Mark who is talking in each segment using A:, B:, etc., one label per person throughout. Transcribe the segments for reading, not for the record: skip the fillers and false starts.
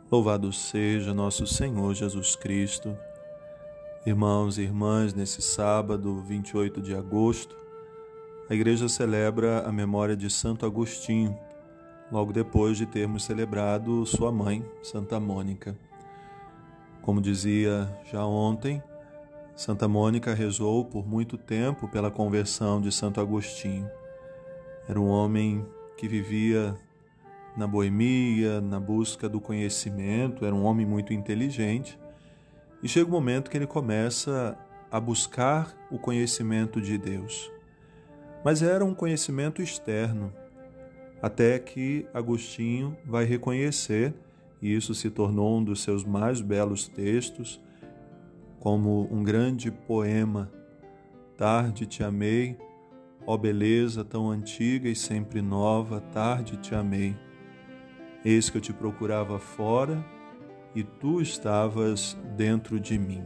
A: Louvado seja nosso Senhor Jesus Cristo. Irmãos e irmãs, nesse sábado, 28 de agosto, a Igreja celebra a memória de Santo Agostinho, logo depois de termos celebrado sua mãe, Santa Mônica. Como dizia já ontem, Santa Mônica rezou por muito tempo pela conversão de Santo Agostinho. Era um homem que vivia na boemia, na busca do conhecimento, era um homem muito inteligente, e chega um momento que ele começa a buscar o conhecimento de Deus. Mas era um conhecimento externo, até que Agostinho vai reconhecer, e isso se tornou um dos seus mais belos textos, como um grande poema: Tarde te amei, ó beleza tão antiga e sempre nova, tarde te amei. Eis que eu te procurava fora e tu estavas dentro de mim.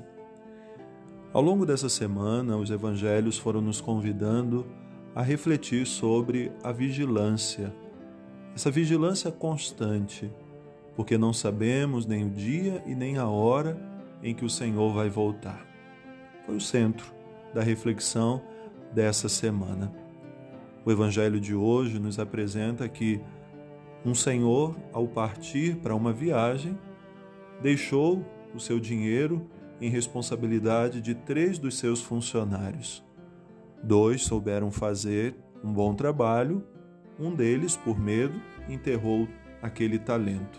A: Ao longo dessa semana, os evangelhos foram nos convidando a refletir sobre a vigilância, essa vigilância constante, porque não sabemos nem o dia e nem a hora em que o Senhor vai voltar. Foi o centro da reflexão dessa semana. O evangelho de hoje nos apresenta que um senhor, ao partir para uma viagem, deixou o seu dinheiro em responsabilidade de 3 dos seus funcionários. 2 souberam fazer um bom trabalho, um deles, por medo, enterrou aquele talento.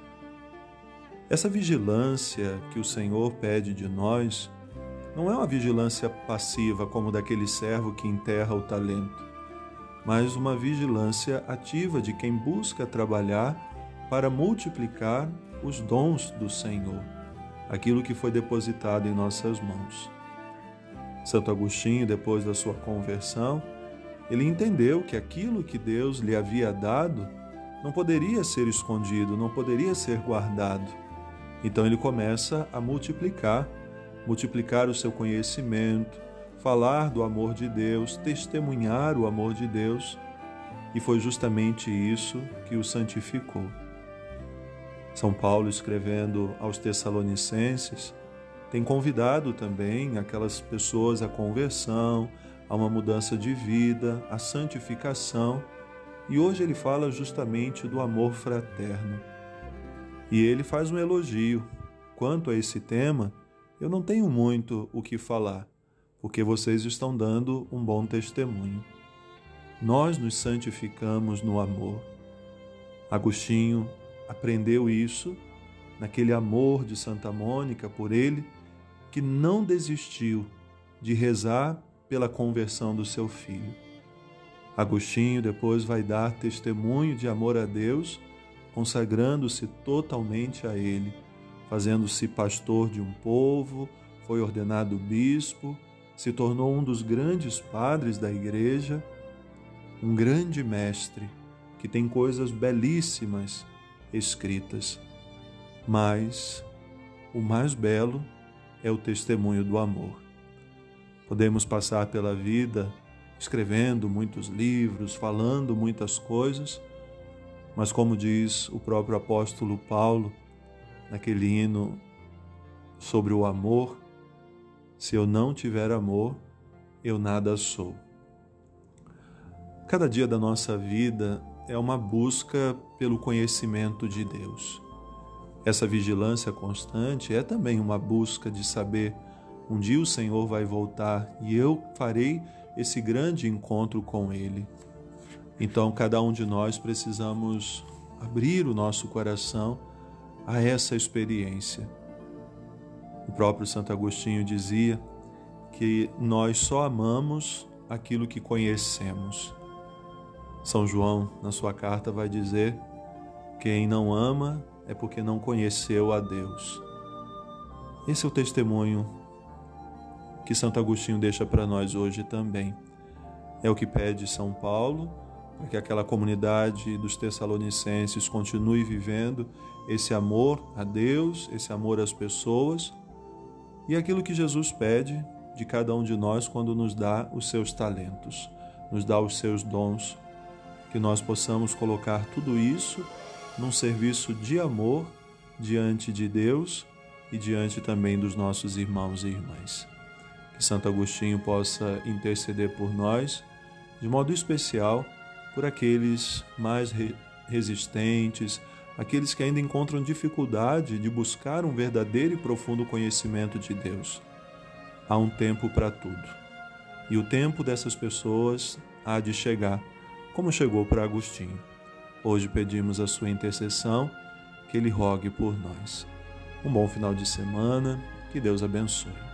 A: Essa vigilância que o Senhor pede de nós não é uma vigilância passiva como daquele servo que enterra o talento, mas uma vigilância ativa de quem busca trabalhar para multiplicar os dons do Senhor, aquilo que foi depositado em nossas mãos. Santo Agostinho, depois da sua conversão, ele entendeu que aquilo que Deus lhe havia dado não poderia ser escondido, não poderia ser guardado. Então ele começa a multiplicar o seu conhecimento, falar do amor de Deus, testemunhar o amor de Deus, e foi justamente isso que o santificou. São Paulo, escrevendo aos Tessalonicenses, tem convidado também aquelas pessoas à conversão, a uma mudança de vida, à santificação, e hoje ele fala justamente do amor fraterno. E ele faz um elogio. Quanto a esse tema, eu não tenho muito o que falar, porque vocês estão dando um bom testemunho. Nós nos santificamos no amor. Agostinho aprendeu isso naquele amor de Santa Mônica por ele, que não desistiu de rezar pela conversão do seu filho. Agostinho depois vai dar testemunho de amor a Deus, consagrando-se totalmente a ele, fazendo-se pastor de um povo, foi ordenado bispo, se tornou um dos grandes padres da Igreja, um grande mestre que tem coisas belíssimas escritas. Mas o mais belo é o testemunho do amor. Podemos passar pela vida escrevendo muitos livros, falando muitas coisas, mas como diz o próprio apóstolo Paulo, naquele hino sobre o amor: se eu não tiver amor, eu nada sou. Cada dia da nossa vida é uma busca pelo conhecimento de Deus. Essa vigilância constante é também uma busca de saber: um dia o Senhor vai voltar e eu farei esse grande encontro com Ele. Então, cada um de nós precisamos abrir o nosso coração a essa experiência. O próprio Santo Agostinho dizia que nós só amamos aquilo que conhecemos. São João, na sua carta, vai dizer: quem não ama é porque não conheceu a Deus. Esse é o testemunho que Santo Agostinho deixa para nós hoje também. É o que pede São Paulo, para que aquela comunidade dos Tessalonicenses continue vivendo esse amor a Deus, esse amor às pessoas, e aquilo que Jesus pede de cada um de nós quando nos dá os seus talentos, nos dá os seus dons, que nós possamos colocar tudo isso num serviço de amor diante de Deus e diante também dos nossos irmãos e irmãs. Que Santo Agostinho possa interceder por nós, de modo especial, por aqueles mais resistentes, aqueles que ainda encontram dificuldade de buscar um verdadeiro e profundo conhecimento de Deus. Há um tempo para tudo. E o tempo dessas pessoas há de chegar, como chegou para Agostinho. Hoje pedimos a sua intercessão, que ele rogue por nós. Um bom final de semana, que Deus abençoe.